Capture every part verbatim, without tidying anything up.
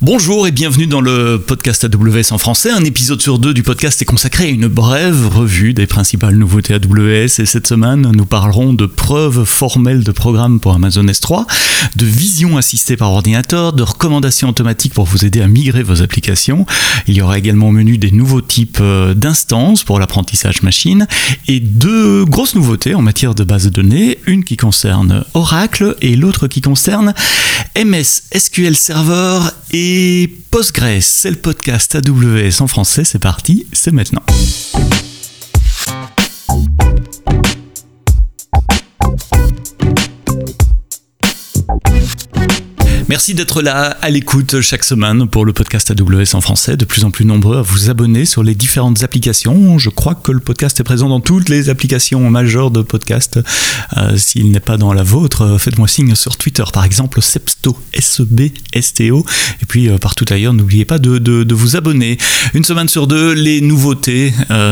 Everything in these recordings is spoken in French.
Bonjour et bienvenue dans le podcast A W S en français. Un épisode sur deux du podcast est consacré à une brève revue des principales nouveautés A W S. Et cette semaine, nous parlerons de preuves formelles de programme pour Amazon S trois, de vision assistée par ordinateur, de recommandations automatiques pour vous aider à migrer vos applications. Il y aura également au menu des nouveaux types d'instances pour l'apprentissage machine et deux grosses nouveautés en matière de base de données. Une qui concerne Oracle et l'autre qui concerne M S S Q L Server et Et Postgres. C'est le podcast A W S en français, c'est parti, c'est maintenant. Merci d'être là à l'écoute chaque semaine pour le podcast A W S en français, de plus en plus nombreux à vous abonner sur les différentes applications. Je crois que le podcast est présent dans toutes les applications majeures de podcast. Euh, s'il n'est pas dans la vôtre, faites-moi signe sur Twitter, par exemple Sebsto, S E B S T O. Et puis euh, partout ailleurs, n'oubliez pas de, de, de vous abonner. Une semaine sur deux, les nouveautés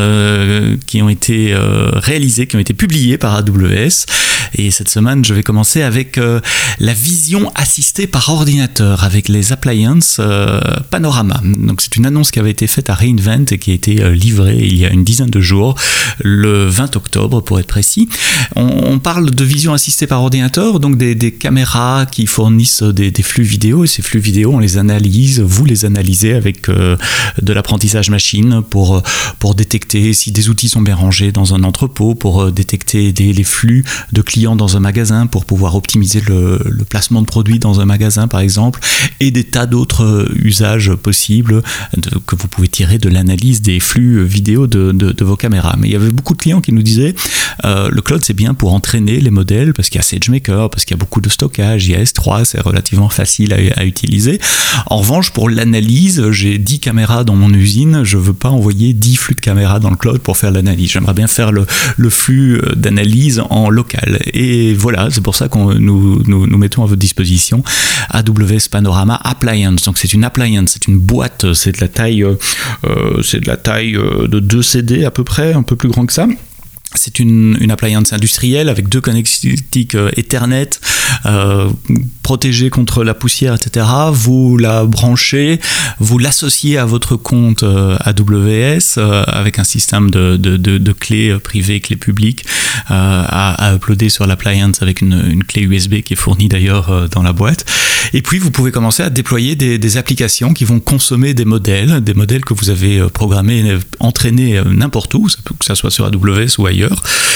euh, qui ont été euh, réalisées, qui ont été publiées par A W S. Et cette semaine, je vais commencer avec euh, la vision assistée par ordinateur avec les appliances euh, Panorama. Donc c'est une annonce qui avait été faite à reInvent et qui a été euh, livrée il y a une dizaine de jours, le vingt octobre pour être précis. On, on parle de vision assistée par ordinateur, donc des, des caméras qui fournissent des, des flux vidéo, et ces flux vidéo on les analyse, vous les analysez avec euh, de l'apprentissage machine pour, pour détecter si des outils sont bien rangés dans un entrepôt, pour détecter des, les flux de clients dans un magasin, pour pouvoir optimiser le, le placement de produits dans un magasin par exemple, et des tas d'autres usages possibles de, que vous pouvez tirer de l'analyse des flux vidéo de, de, de vos caméras. Mais il y avait beaucoup de clients qui nous disaient euh, le cloud c'est bien pour entraîner les modèles parce qu'il y a SageMaker, parce qu'il y a beaucoup de stockage, il y a S trois, c'est relativement facile à, à utiliser. En revanche, pour l'analyse, j'ai dix caméras dans mon usine, je ne veux pas envoyer dix flux de caméras dans le cloud pour faire l'analyse. J'aimerais bien faire le, le flux d'analyse en local. Et voilà, c'est pour ça que nous, nous, nous mettons à votre disposition A W S Panorama Appliance. Donc c'est une appliance, c'est une boîte, c'est de la taille, euh, c'est de la taille de deux C D à peu près, un peu plus grand que ça. C'est une, une appliance industrielle avec deux connectiques euh, Ethernet, euh, protégée contre la poussière, et cetera. Vous la branchez, vous l'associez à votre compte euh, A W S euh, avec un système de, de, de, de clés privées, clés publiques euh, à, à uploader sur l'appliance avec une, une clé U S B qui est fournie d'ailleurs euh, dans la boîte. Et puis vous pouvez commencer à déployer des, des applications qui vont consommer des modèles, des modèles que vous avez programmés, entraînés n'importe où, que ça soit sur A W S ou ailleurs.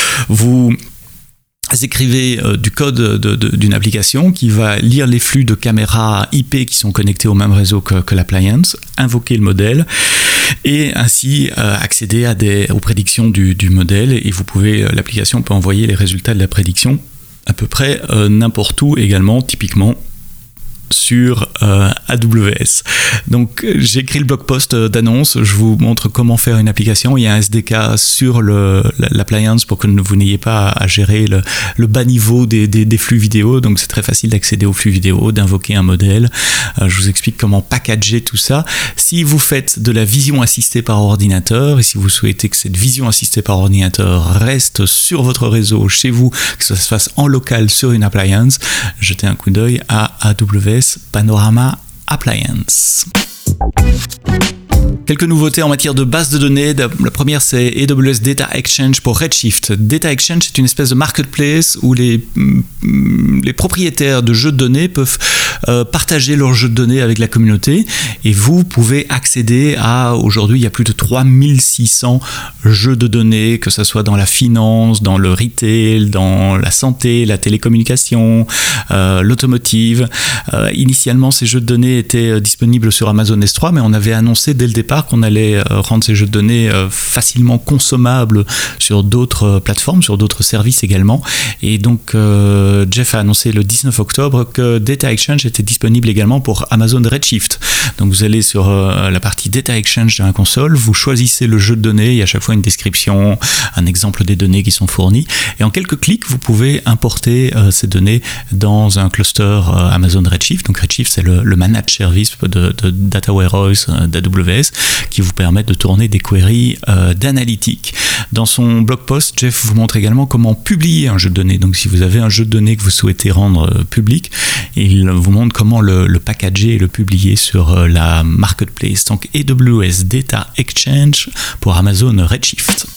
Vous écrivez euh, du code de, de, d'une application qui va lire les flux de caméras I P qui sont connectés au même réseau que, que l'appliance, invoquer le modèle et ainsi euh, accéder à des, aux prédictions du, du modèle. Et vous pouvez, l'application peut envoyer les résultats de la prédiction à peu près euh, n'importe où également, typiquement sur euh, A W S. Donc j'ai écrit le blog post d'annonce, je vous montre comment faire une application. Il y a un S D K sur le, l'appliance pour que vous n'ayez pas à gérer le, le bas niveau des, des, des flux vidéo, donc c'est très facile d'accéder aux flux vidéo, d'invoquer un modèle. Euh, je vous explique comment packager tout ça. Si vous faites de la vision assistée par ordinateur et si vous souhaitez que cette vision assistée par ordinateur reste sur votre réseau, chez vous, que ça se fasse en local sur une appliance, jetez un coup d'œil à A W S Panorama Appliance. Quelques nouveautés en matière de base de données. La première, c'est A W S Data Exchange pour Redshift. Data Exchange, c'est une espèce de marketplace où les, les propriétaires de jeux de données peuvent euh, partager leurs jeux de données avec la communauté. Et vous pouvez accéder à, aujourd'hui, il y a plus de trois mille six cents jeux de données, que ce soit dans la finance, dans le retail, dans la santé, la télécommunication, euh, l'automotive. Euh, initialement, ces jeux de données étaient disponibles sur Amazon S trois, mais on avait annoncé dès le départ qu'on allait rendre ces jeux de données facilement consommables sur d'autres plateformes, sur d'autres services également. Et donc euh, Jeff a annoncé le dix-neuf octobre que Data Exchange était disponible également pour Amazon Redshift. Donc vous allez sur euh, la partie Data Exchange de la console, vous choisissez le jeu de données, il y a à chaque fois une description, un exemple des données qui sont fournies, et en quelques clics vous pouvez importer euh, ces données dans un cluster euh, Amazon Redshift. Donc Redshift c'est le, le managed service de, de Data Warehouse euh, d'A W S. qui vous permettent de tourner des queries euh, d'analytique. Dans son blog post, Jeff vous montre également comment publier un jeu de données. Donc si vous avez un jeu de données que vous souhaitez rendre euh, public, il vous montre comment le, le packager et le publier sur euh, la marketplace. Donc A W S Data Exchange pour Amazon Redshift.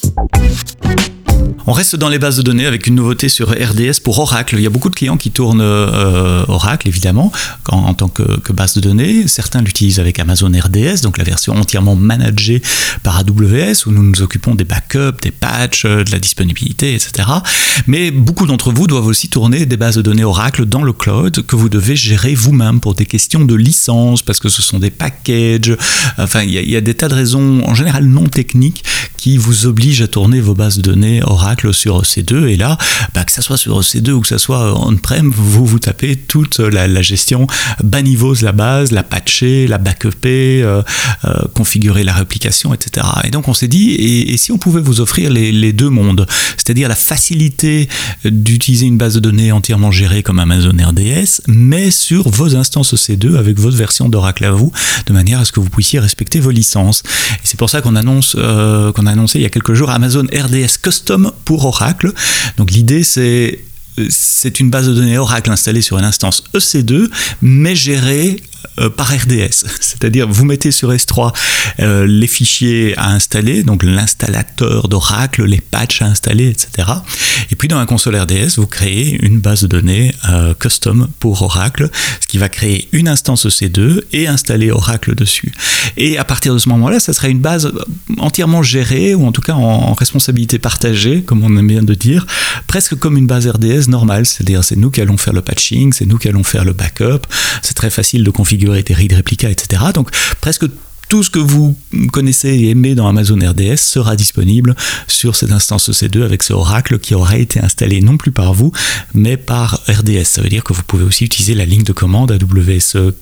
On reste dans les bases de données avec une nouveauté sur R D S pour Oracle. Il y a beaucoup de clients qui tournent euh, Oracle, évidemment, en, en tant que, que base de données. Certains l'utilisent avec Amazon R D S, donc la version entièrement managée par A W S, où nous nous occupons des backups, des patchs, de la disponibilité, et cetera. Mais beaucoup d'entre vous doivent aussi tourner des bases de données Oracle dans le cloud que vous devez gérer vous-même pour des questions de licence, parce que ce sont des packages. Enfin, il y a, il y a des tas de raisons, en général non techniques, qui vous obligent à tourner vos bases de données Oracle sur E C deux, et là, bah, que ça soit sur E C deux ou que ça soit on-prem, vous vous tapez toute la, la gestion banivose la base, la patcher, la backuper, euh, euh, configurer la réplication, et cetera. Et donc on s'est dit, et, et si on pouvait vous offrir les, les deux mondes, c'est-à-dire la facilité d'utiliser une base de données entièrement gérée comme Amazon R D S, mais sur vos instances E C deux avec votre version d'Oracle à vous, de manière à ce que vous puissiez respecter vos licences. Et c'est pour ça qu'on annonce, euh, qu'on a annoncé il y a quelques jours Amazon R D S Custom pour Oracle. Donc l'idée c'est c'est une base de données Oracle installée sur une instance E C deux mais gérée euh, par R D S, c'est-à-dire vous mettez sur S trois euh, les fichiers à installer, donc l'installateur d'Oracle, les patchs à installer, et cetera. Et puis dans la console R D S, vous créez une base de données euh, custom pour Oracle, ce qui va créer une instance E C deux et installer Oracle dessus. Et à partir de ce moment-là, ça sera une base entièrement gérée, ou en tout cas en, en responsabilité partagée, comme on aime bien de dire, presque comme une base R D S normale, c'est-à-dire c'est nous qui allons faire le patching, c'est nous qui allons faire le backup, c'est très facile de configurer des read réplicas, et cetera. Donc presque tout ce que vous connaissez et aimez dans Amazon R D S sera disponible sur cette instance E C deux avec ce Oracle qui aura été installé non plus par vous, mais par R D S. Ça veut dire que vous pouvez aussi utiliser la ligne de commande A W S euh,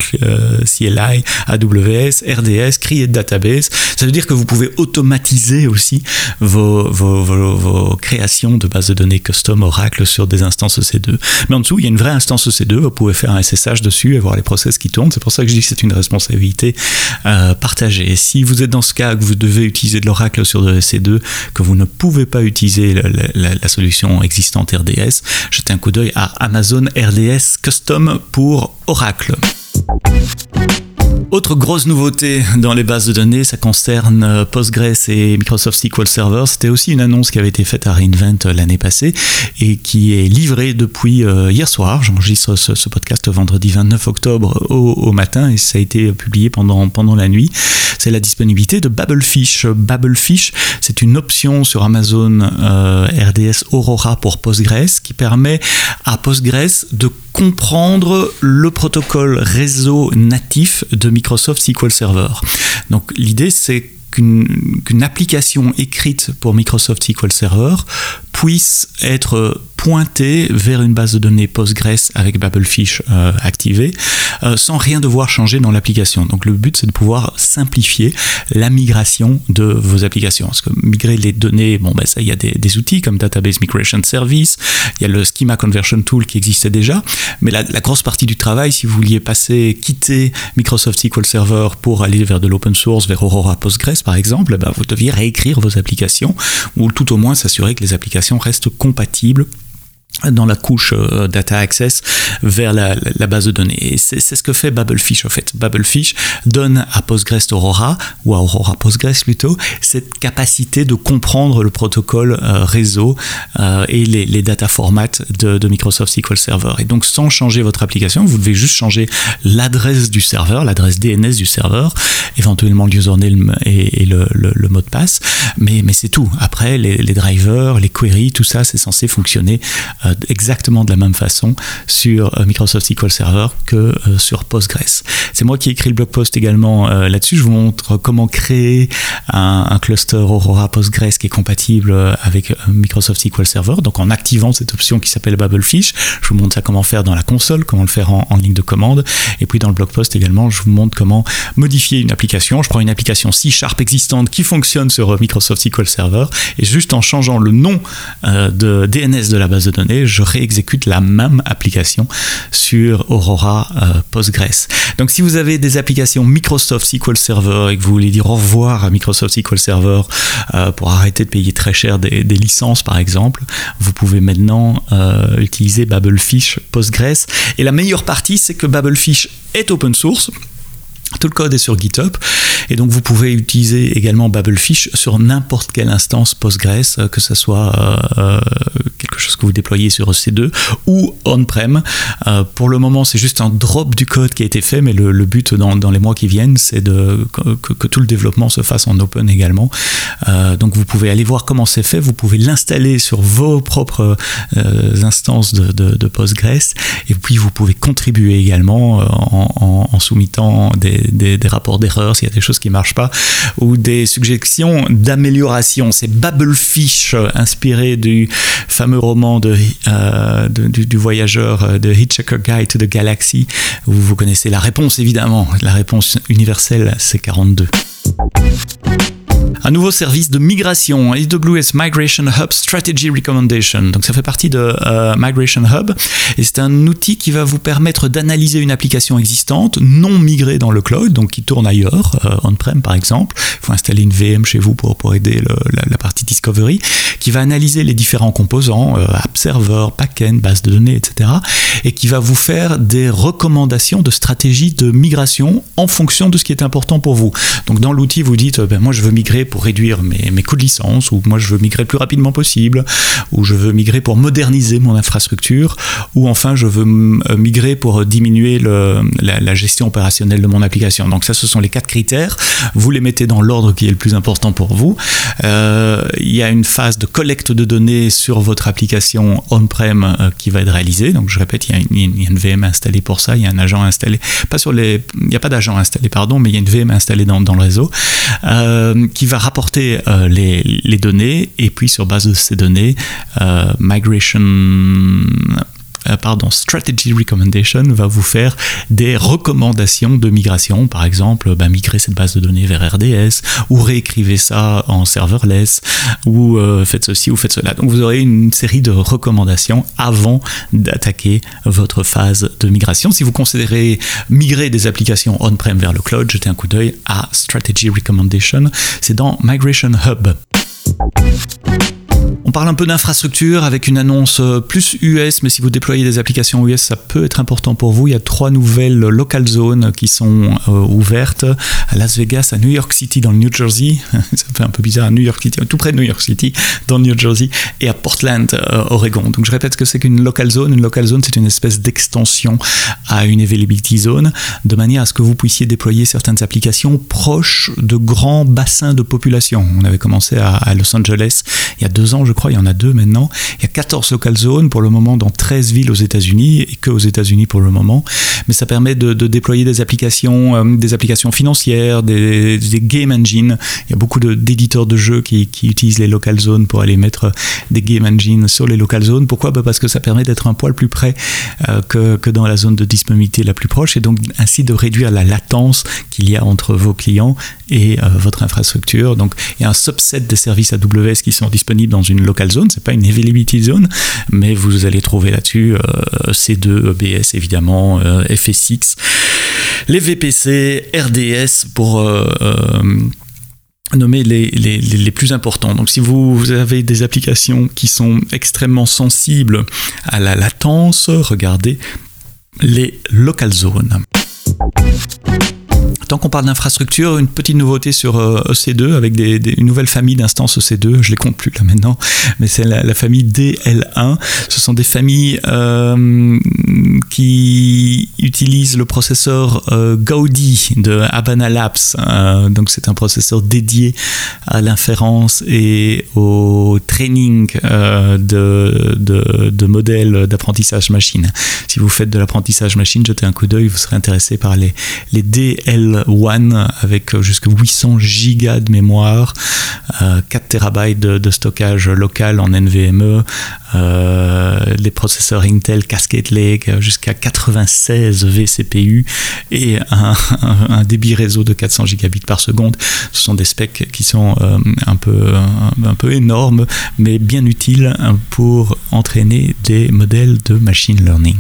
C L I, A W S, R D S, Create Database. Ça veut dire que vous pouvez automatiser aussi vos, vos, vos, vos créations de bases de données custom Oracle sur des instances E C deux. Mais en dessous, il y a une vraie instance E C deux. Vous pouvez faire un S S H dessus et voir les process qui tournent. C'est pour ça que je dis que c'est une responsabilité euh, partagée. Et si vous êtes dans ce cas que vous devez utiliser de l'Oracle sur de E C deux, que vous ne pouvez pas utiliser la, la, la solution existante R D S, jetez un coup d'œil à Amazon R D S Custom pour Oracle. Autre grosse nouveauté dans les bases de données, ça concerne Postgres et Microsoft S Q L Server. C'était aussi une annonce qui avait été faite à reInvent l'année passée et qui est livrée depuis euh, hier soir. J'enregistre ce, ce podcast vendredi vingt-neuf octobre au, au matin et ça a été publié pendant, pendant la nuit. C'est la disponibilité de Babelfish. Babelfish, c'est une option sur Amazon euh, R D S Aurora pour Postgres qui permet à Postgres de comprendre le protocole réseau natif de Microsoft S Q L Server. Donc l'idée c'est qu'une, qu'une application écrite pour Microsoft S Q L Server puisse être pointée vers une base de données Postgres avec Babelfish euh, activée euh, sans rien devoir changer dans l'application. Donc le but c'est de pouvoir simplifier la migration de vos applications. Parce que migrer les données, bon ben ça il y a des, des outils comme Database Migration Service, il y a le Schema Conversion Tool qui existait déjà, mais la, la grosse partie du travail, si vous vouliez passer, quitter Microsoft S Q L Server pour aller vers de l'open source, vers Aurora Postgres par exemple, ben vous deviez réécrire vos applications ou tout au moins s'assurer que les applications restent compatibles dans la couche euh, Data Access vers la, la, la base de données. Et c'est, c'est ce que fait Babelfish en fait. Babelfish donne à Postgres Aurora, ou à Aurora Postgres plutôt, cette capacité de comprendre le protocole euh, réseau euh, et les, les data formats de, de Microsoft S Q L Server. Et donc sans changer votre application, vous devez juste changer l'adresse du serveur, l'adresse D N S du serveur, éventuellement le username et, et le, le, le mot de passe, mais, mais c'est tout. Après, les, les drivers, les queries, tout ça, c'est censé fonctionner euh, exactement de la même façon sur euh, Microsoft S Q L Server que euh, sur Postgres. C'est moi qui ai écrit le blog post également euh, là-dessus. Je vous montre comment créer un, un cluster Aurora Postgres qui est compatible avec euh, Microsoft S Q L Server, donc en activant cette option qui s'appelle Babelfish. Je vous montre ça comment faire dans la console, comment le faire en, en ligne de commande, et puis dans le blog post également, je vous montre comment modifier une application. Je prends une application C Sharp existante qui fonctionne sur Microsoft S Q L Server, et juste en changeant le nom euh, de D N S de la base de données, données, je réexécute la même application sur Aurora euh, Postgres. Donc si vous avez des applications Microsoft S Q L Server et que vous voulez dire au revoir à Microsoft S Q L Server euh, pour arrêter de payer très cher des, des licences par exemple, vous pouvez maintenant euh, utiliser Babelfish Postgres. Et la meilleure partie, c'est que Babelfish est open source. Tout le code est sur GitHub et donc vous pouvez utiliser également Babelfish sur n'importe quelle instance Postgres, que ce soit euh, quelque chose que vous déployez sur E C deux ou on-prem. Euh, pour le moment, c'est juste un drop du code qui a été fait, mais le, le but dans, dans les mois qui viennent, c'est de, que, que tout le développement se fasse en open également. Euh, donc vous pouvez aller voir comment c'est fait, vous pouvez l'installer sur vos propres euh, instances de, de, de Postgres et puis vous pouvez contribuer également en, en, en soumettant des Des, des rapports d'erreur s'il y a des choses qui ne marchent pas ou des suggestions d'amélioration. C'est Babelfish, inspiré du fameux roman de, euh, de, du, du voyageur de Hitchhiker's Guide to the Galaxy, où vous connaissez la réponse évidemment. La réponse universelle, c'est quarante-deux. Un nouveau service de migration, A W S Migration Hub Strategy Recommendation. Donc ça fait partie de euh, Migration Hub et c'est un outil qui va vous permettre d'analyser une application existante non migrée dans le cloud, donc qui tourne ailleurs, euh, on-prem par exemple. Il faut installer une V M chez vous pour, pour aider le, la, la partie discovery, qui va analyser les différents composants, euh, app server, backend, base de données, et cetera, et qui va vous faire des recommandations de stratégie de migration en fonction de ce qui est important pour vous. Donc dans l'outil, vous dites, ben, moi je veux migrer pour réduire mes, mes coûts de licence, ou moi je veux migrer le plus rapidement possible, ou je veux migrer pour moderniser mon infrastructure, ou enfin je veux migrer pour diminuer le, la, la gestion opérationnelle de mon application. Donc ça, ce sont les quatre critères. Vous les mettez dans l'ordre qui est le plus important pour vous. Euh, il y a une phase de collecte de données sur votre application on-prem euh, qui va être réalisée. Donc je répète, il y a une, il y a une V M installée pour ça, il y a un agent installé, pas sur les, il n'y a pas d'agent installé, pardon, mais il y a une V M installée dans, dans le réseau euh, qui va rapporter euh, les, les données, et puis sur base de ces données, euh, Migration euh, pardon, Strategy Recommendation va vous faire des recommandations de migration. Par exemple, bah, migrer cette base de données vers R D S, ou réécrivez ça en serverless, ou euh, faites ceci ou faites cela. Donc vous aurez une série de recommandations avant d'attaquer votre phase de migration. Si vous considérez migrer des applications on-prem vers le cloud, jetez un coup d'œil à Strategy Recommendation. C'est dans Migration Hub. On parle un peu d'infrastructure avec une annonce plus U S, mais si vous déployez des applications U S, ça peut être important pour vous. Il y a trois nouvelles local zones qui sont euh, ouvertes à Las Vegas, à New York City dans le New Jersey, ça fait un peu bizarre, à New York City, tout près de New York City dans le New Jersey, et à Portland, euh, Oregon. Donc je répète ce que c'est qu'une local zone. Une local zone, c'est une espèce d'extension à une availability zone, de manière à ce que vous puissiez déployer certaines applications proches de grands bassins de population. On avait commencé à, à Los Angeles il y a deux ans, je crois, il y en a deux maintenant. Il y a quatorze local zones pour le moment dans treize villes aux États-Unis, et que aux États-Unis pour le moment. Mais ça permet de, de déployer des applications, euh, des applications financières, des, des game engines. Il y a beaucoup de, d'éditeurs de jeux qui, qui utilisent les local zones pour aller mettre des game engines sur les local zones. Pourquoi ? Bah parce que ça permet d'être un poil plus près euh, que, que dans la zone de disponibilité la plus proche, et donc ainsi de réduire la latence qu'il y a entre vos clients et euh, votre infrastructure. Donc il y a un subset des services A W S qui sont disponibles dans une local zone. C'est pas une availability zone, mais vous allez trouver là-dessus euh, C deux, E B S évidemment, euh, F S X, les V P C, R D S pour euh, euh, nommer les, les, les plus importants. Donc si vous, vous avez des applications qui sont extrêmement sensibles à la latence, regardez les local zones. Tant qu'on parle d'infrastructure, une petite nouveauté sur euh, E C deux avec des, des, une nouvelle famille d'instances E C deux, je les compte plus là maintenant, mais c'est la, la famille D L un. Ce sont des familles euh, qui utilisent le processeur euh, Gaudi de Habana Labs. Euh, donc c'est un processeur dédié à l'inférence et au training euh, de, de, de modèles d'apprentissage machine. Si vous faites de l'apprentissage machine, jetez un coup d'œil, vous serez intéressé par les, les D L Intel One avec jusqu'à huit cents gigas de mémoire, euh, quatre térabytes de, de stockage local en N V M E, euh, les processeurs Intel Cascade Lake jusqu'à quatre-vingt-seize vCPU et un, un, un débit réseau de quatre cents gigabits par seconde. Ce sont des specs qui sont euh, un peu, un, un peu énormes, mais bien utiles pour entraîner des modèles de machine learning.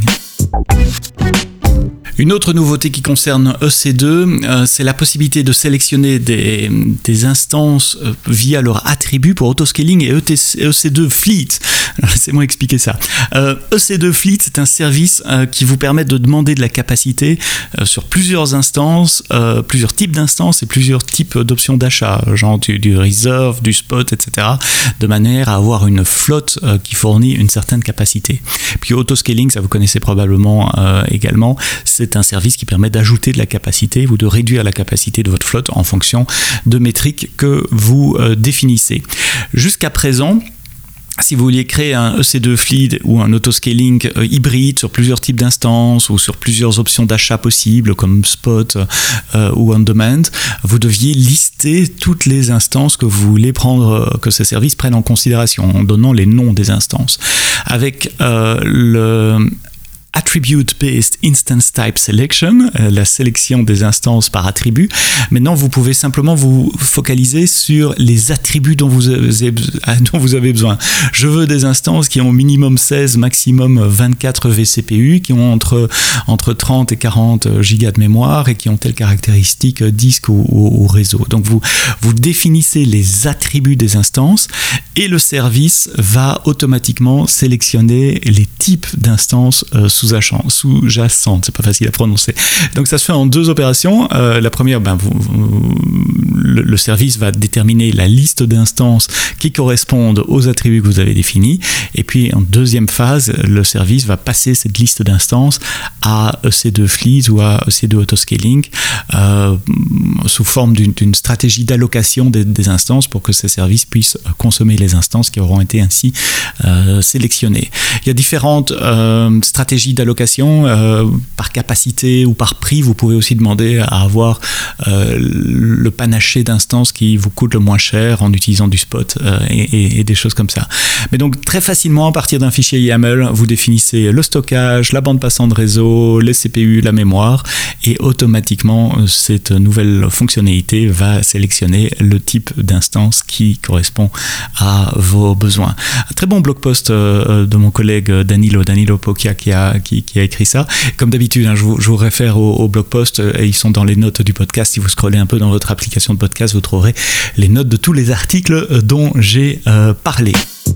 Une autre nouveauté qui concerne E C deux, euh, c'est la possibilité de sélectionner des, des instances euh, via leur attribut pour autoscaling et E C deux Fleet. Alors, laissez-moi expliquer ça. Euh, E C deux Fleet, c'est un service euh, qui vous permet de demander de la capacité euh, sur plusieurs instances, euh, plusieurs types d'instances et plusieurs types d'options d'achat, genre du, du reserve, du spot, et cetera, de manière à avoir une flotte euh, qui fournit une certaine capacité. Puis autoscaling, ça vous connaissez probablement euh, également, c'est un service qui permet d'ajouter de la capacité ou de réduire la capacité de votre flotte en fonction de métriques que vous euh, définissez. Jusqu'à présent, si vous vouliez créer un E C deux Fleet ou un autoscaling euh, hybride sur plusieurs types d'instances ou sur plusieurs options d'achat possibles comme spot euh, ou on demand, vous deviez lister toutes les instances que vous voulez prendre, que ces services prennent en considération en donnant les noms des instances. Avec euh, le Attribute-Based Instance Type Selection, euh, la sélection des instances par attribut. Maintenant, vous pouvez simplement vous focaliser sur les attributs dont vous avez, dont vous avez besoin. Je veux des instances qui ont minimum seize, maximum vingt-quatre vCPU, qui ont entre, entre trente et quarante gigas de mémoire et qui ont telle caractéristique disque ou, ou, ou réseau. Donc, vous, vous définissez les attributs des instances et le service va automatiquement sélectionner les types d'instances euh, sous-jacentes, c'est pas facile à prononcer. Donc ça se fait en deux opérations. Euh, la première, ben, vous, vous, le, le service va déterminer la liste d'instances qui correspondent aux attributs que vous avez définis. Et puis en deuxième phase, le service va passer cette liste d'instances à E C deux Fleet ou à E C deux Autoscaling euh, sous forme d'une, d'une stratégie d'allocation des, des instances pour que ces services puissent consommer les instances qui auront été ainsi euh, sélectionnées. Il y a différentes euh, stratégies d'allocation euh, par capacité ou par prix. Vous pouvez aussi demander à avoir euh, le panaché d'instances qui vous coûte le moins cher en utilisant du spot euh, et, et, et des choses comme ça. Mais donc très facilement, à partir d'un fichier YAML, vous définissez le stockage, la bande passante réseau, les C P U, la mémoire, et automatiquement cette nouvelle fonctionnalité va sélectionner le type d'instance qui correspond à vos besoins. Un très bon blog post euh, de mon collègue Danilo, Danilo Pocchia qui a Qui, qui a écrit ça. Comme d'habitude, hein, je, vous, je vous réfère au, au blog post et ils sont dans les notes du podcast. Si vous scrollez un peu dans votre application de podcast, vous trouverez les notes de tous les articles dont j'ai euh, parlé.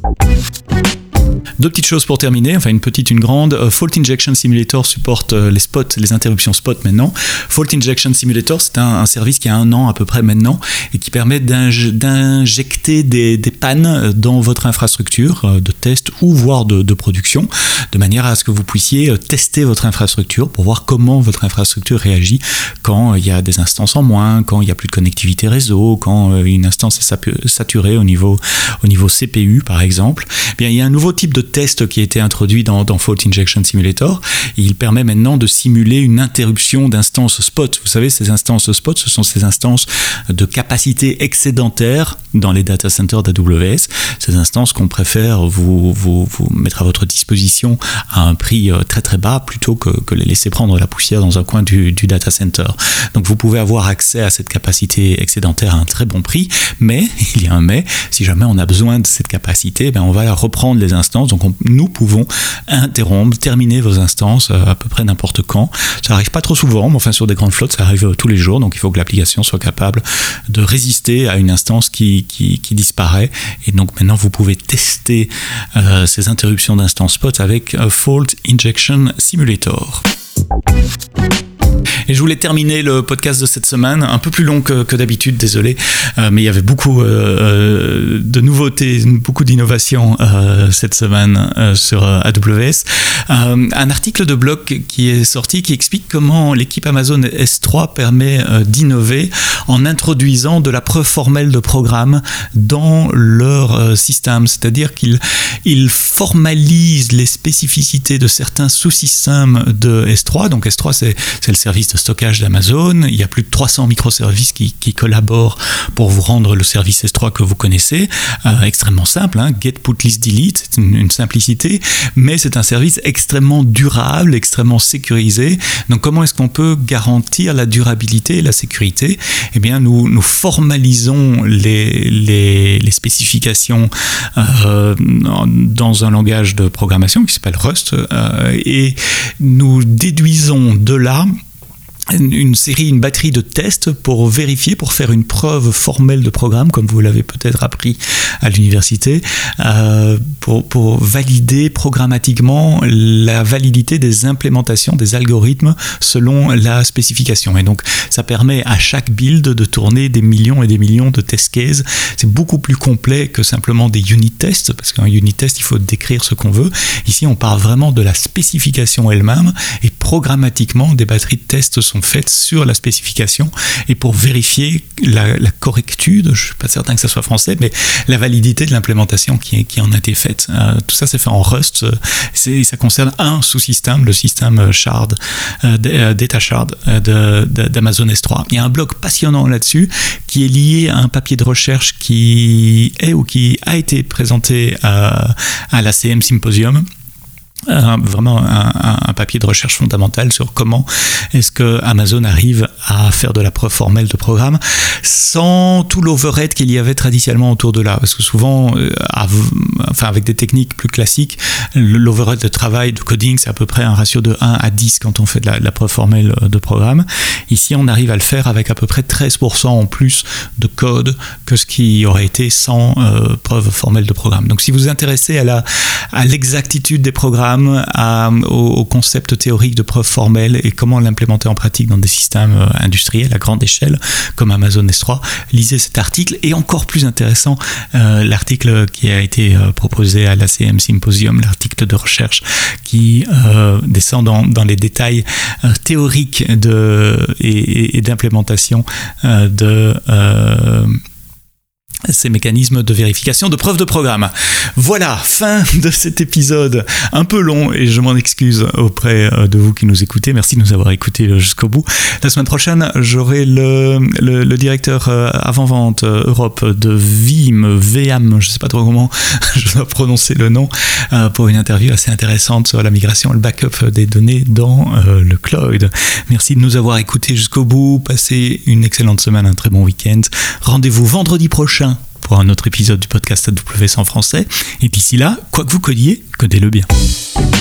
Deux petites choses pour terminer, enfin une petite, une grande. Uh, Fault Injection Simulator supporte uh, les spots, les interruptions spot maintenant. Fault Injection Simulator, c'est un, un service qui a un an à peu près maintenant et qui permet d'inj- d'injecter des, des pannes dans votre infrastructure uh, de test ou voire de, de production, de manière à ce que vous puissiez uh, tester votre infrastructure pour voir comment votre infrastructure réagit quand il uh, y a des instances en moins, quand il n'y a plus de connectivité réseau, quand uh, une instance est saturée au niveau, au niveau C P U par exemple. Eh bien, il y a un nouveau type de test qui a été introduit dans, dans Fault Injection Simulator. Et il permet maintenant de simuler une interruption d'instances spot. Vous savez, ces instances spot, ce sont ces instances de capacité excédentaire dans les data centers d'A W S. Ces instances qu'on préfère vous, vous, vous mettre à votre disposition à un prix très très bas plutôt que, que les laisser prendre la poussière dans un coin du, du data center. Donc vous pouvez avoir accès à cette capacité excédentaire à un très bon prix, mais, il y a un mais, si jamais on a besoin de cette capacité, ben on va reprendre les instances. Donc on, nous pouvons interrompre, terminer vos instances à peu près n'importe quand. Ça n'arrive pas trop souvent, mais enfin sur des grandes flottes, ça arrive tous les jours. Donc il faut que l'application soit capable de résister à une instance qui, qui, qui disparaît. Et donc maintenant vous pouvez tester euh, ces interruptions d'instance spot avec euh, Fault Injection Simulator. Et je voulais terminer le podcast de cette semaine, un peu plus long que, que d'habitude, désolé, euh, mais il y avait beaucoup euh, de nouveautés, beaucoup d'innovations euh, cette semaine euh, sur euh, A W S. Euh, un article de blog qui est sorti qui explique comment l'équipe Amazon S trois permet euh, d'innover en introduisant de la preuve formelle de programme dans leur euh, système, c'est-à-dire qu'ils ils formalisent les spécificités de certains sous-systèmes de S trois. Donc S trois, c'est, c'est le service de stockage d'Amazon. Il y a plus de trois cents microservices qui, qui collaborent pour vous rendre le service S trois que vous connaissez. Euh, extrêmement simple, hein, get, put, list, delete, c'est une, une simplicité, mais c'est un service extrêmement durable, extrêmement sécurisé. Donc comment est-ce qu'on peut garantir la durabilité et la sécurité? Eh bien, nous, nous formalisons les, les, les spécifications euh, dans un langage de programmation qui s'appelle Rust euh, et nous déduisons de là une série, une batterie de tests pour vérifier, pour faire une preuve formelle de programme, comme vous l'avez peut-être appris à l'université, euh, pour, pour valider programmatiquement la validité des implémentations des algorithmes selon la spécification. Et donc, ça permet à chaque build de tourner des millions et des millions de test cases. C'est beaucoup plus complet que simplement des unit tests, parce qu'un unit test, il faut décrire ce qu'on veut. Ici, on part vraiment de la spécification elle-même, et programmatiquement, des batteries de tests sont faites sur la spécification et pour vérifier la, la correctude, je ne suis pas certain que ça soit français, mais la validité de l'implémentation qui, qui en a été faite. Euh, tout ça c'est fait en Rust, c'est, ça concerne un sous-système, le système Shard, euh, Data Shard de, de, d'Amazon S trois. Il y a un blog passionnant là-dessus qui est lié à un papier de recherche qui est ou qui a été présenté à, à l'A C M Symposium. Un, vraiment un, un papier de recherche fondamentale sur comment est-ce que Amazon arrive à faire de la preuve formelle de programme sans tout l'overhead qu'il y avait traditionnellement autour de là, parce que souvent euh, av- enfin avec des techniques plus classiques, l'overhead de travail de coding c'est à peu près un ratio de un à dix quand on fait de la, de la preuve formelle de programme. Ici on arrive à le faire avec à peu près treize pour cent en plus de code que ce qui aurait été sans euh, preuve formelle de programme. Donc si vous vous intéressez à, la, à l'exactitude des programmes, À, au, au concept théorique de preuve formelle et comment l'implémenter en pratique dans des systèmes euh, industriels à grande échelle comme Amazon S trois, lisez cet article. Et encore plus intéressant, euh, l'article qui a été euh, proposé à l'A C M Symposium, l'article de recherche qui euh, descend dans, dans les détails euh, théoriques de, et, et d'implémentation euh, de euh, ces mécanismes de vérification de preuve de programme. Voilà, fin de cet épisode un peu long et je m'en excuse auprès de vous qui nous écoutez. Merci de nous avoir écoutés jusqu'au bout. La semaine prochaine, j'aurai le, le, le directeur avant-vente Europe de V I M, V A M, je ne sais pas trop comment je dois prononcer le nom, pour une interview assez intéressante sur la migration et le backup des données dans le cloud. Merci de nous avoir écoutés jusqu'au bout. Passez une excellente semaine, un très bon week-end. Rendez-vous vendredi prochain pour un autre épisode du podcast A W S en français. Et d'ici là, quoi que vous codiez, codez-le bien.